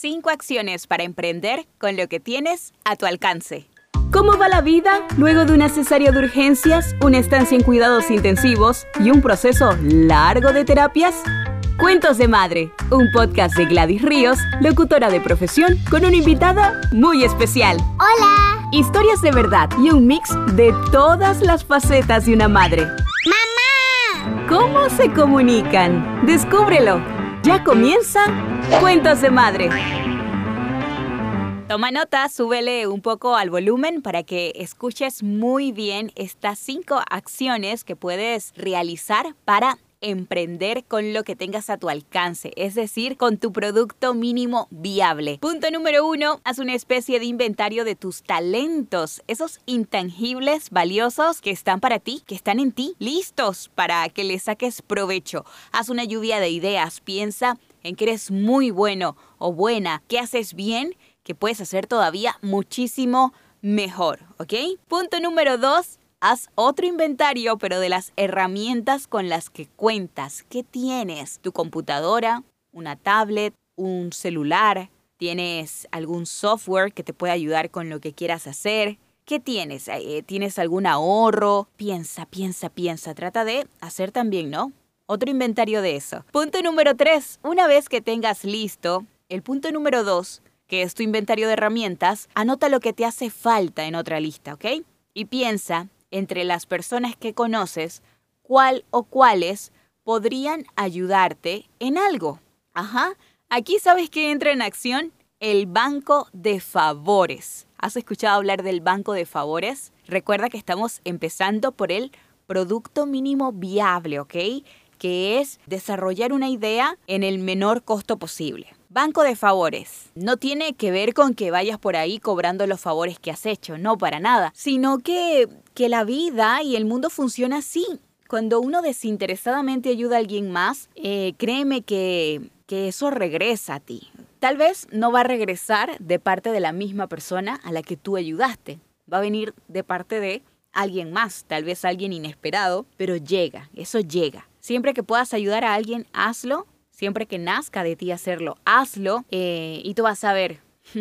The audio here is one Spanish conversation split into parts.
5 acciones para emprender con lo que tienes a tu alcance. ¿Cómo va la vida luego de una cesárea de urgencias, una estancia en cuidados intensivos y un proceso largo de terapias? Cuentos de Madre, un podcast de Gladys Ríos, locutora de profesión, con una invitada muy especial. ¡Hola! Historias de verdad y un mix de todas las facetas de una madre. ¡Mamá! ¿Cómo se comunican? Descúbrelo. Ya comienza Cuentos de Madre. Toma nota, súbele un poco al volumen para que escuches muy bien estas 5 acciones que puedes realizar para emprender con lo que tengas a tu alcance, es decir, con tu producto mínimo viable. Punto número 1, haz una especie de inventario de tus talentos, esos intangibles valiosos que están para ti, que están en ti, listos para que les saques provecho. Haz una lluvia de ideas, piensa en que eres muy bueno o buena, que haces bien, que puedes hacer todavía muchísimo mejor, ¿ok? Punto número 2, haz otro inventario, pero de las herramientas con las que cuentas. ¿Qué tienes? ¿Tu computadora? ¿Una tablet? ¿Un celular? ¿Tienes algún software que te pueda ayudar con lo que quieras hacer? ¿Qué tienes? ¿Tienes algún ahorro? Piensa. Trata de hacer también, ¿no? Otro inventario de eso. Punto número 3. Una vez que tengas listo el punto número 2, que es tu inventario de herramientas, anota lo que te hace falta en otra lista, ¿ok? Y piensa entre las personas que conoces, cuál o cuáles podrían ayudarte en algo. Aquí ¿sabes qué entra en acción? El banco de favores. ¿Has escuchado hablar del banco de favores? Recuerda que estamos empezando por el producto mínimo viable, ¿ok? Que es desarrollar una idea en el menor costo posible. Banco de favores. No tiene que ver con que vayas por ahí cobrando los favores que has hecho, no para nada, sino que la vida y el mundo funciona así. Cuando uno desinteresadamente ayuda a alguien más, créeme que eso regresa a ti. Tal vez no va a regresar de parte de la misma persona a la que tú ayudaste. Va a venir de parte de alguien más, tal vez alguien inesperado, pero eso llega. Siempre que puedas ayudar a alguien, hazlo. Siempre que nazca de ti hacerlo, hazlo y tú vas a ver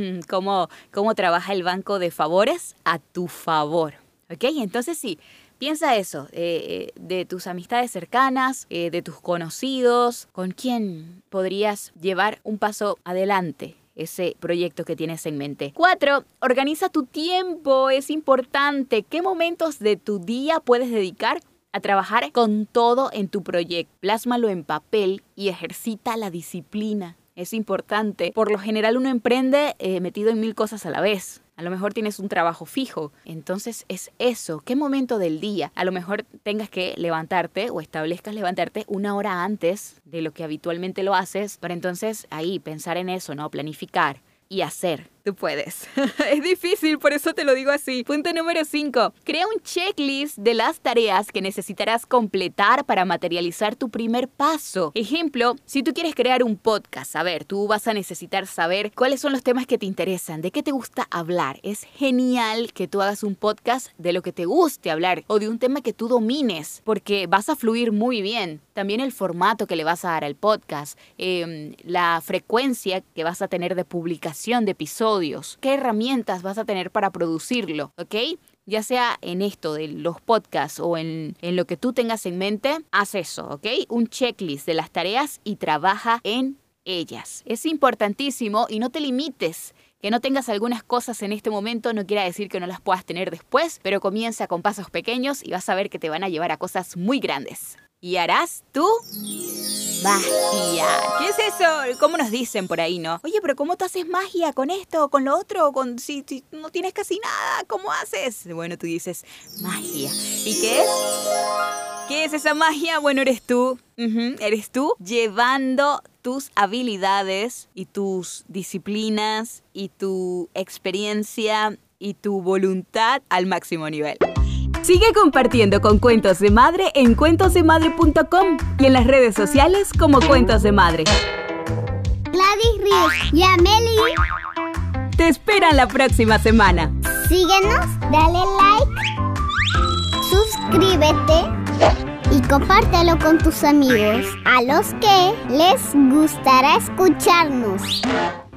cómo trabaja el banco de favores a tu favor. ¿Ok? Entonces sí, piensa eso, de tus amistades cercanas, de tus conocidos, con quién podrías llevar un paso adelante ese proyecto que tienes en mente. 4, organiza tu tiempo, es importante. ¿Qué momentos de tu día puedes dedicar a trabajar con todo en tu proyecto? Plásmalo en papel y ejercita la disciplina. Es importante. Por lo general uno emprende metido en 1000 cosas a la vez. A lo mejor tienes un trabajo fijo. Entonces es eso. ¿Qué momento del día? A lo mejor tengas que levantarte o establezcas levantarte 1 hora antes de lo que habitualmente lo haces. Para entonces ahí pensar en eso, ¿no? Planificar y hacer. Tú puedes. Es difícil, por eso te lo digo así. Punto número 5. Crea un checklist de las tareas que necesitarás completar para materializar tu primer paso. Ejemplo, si tú quieres crear un podcast, tú vas a necesitar saber cuáles son los temas que te interesan, de qué te gusta hablar. Es genial que tú hagas un podcast de lo que te guste hablar o de un tema que tú domines, porque vas a fluir muy bien. También el formato que le vas a dar al podcast, la frecuencia que vas a tener de publicación de episodios, qué herramientas vas a tener para producirlo, ¿ok? Ya sea en esto de los podcasts o en lo que tú tengas en mente, haz eso, ¿ok? Un checklist de las tareas y trabaja en ellas. Es importantísimo y no te limites. Que no tengas algunas cosas en este momento no quiere decir que no las puedas tener después, pero comienza con pasos pequeños y vas a ver que te van a llevar a cosas muy grandes. Y harás tu magia. ¿Qué es eso? ¿Cómo nos dicen por ahí, no? Oye, pero ¿cómo tú haces magia con esto, con lo otro? Si no tienes casi nada, ¿cómo haces? Bueno, tú dices magia. ¿Y qué es? ¿Qué es esa magia? Bueno, eres tú. Eres tú llevando tus habilidades y tus disciplinas y tu experiencia y tu voluntad al máximo nivel. Sigue compartiendo con Cuentos de Madre en cuentosdemadre.com y en las redes sociales como Cuentos de Madre. Gladys Ríos y Ameli te esperan la próxima semana. Síguenos, dale like, suscríbete y compártelo con tus amigos a los que les gustará escucharnos.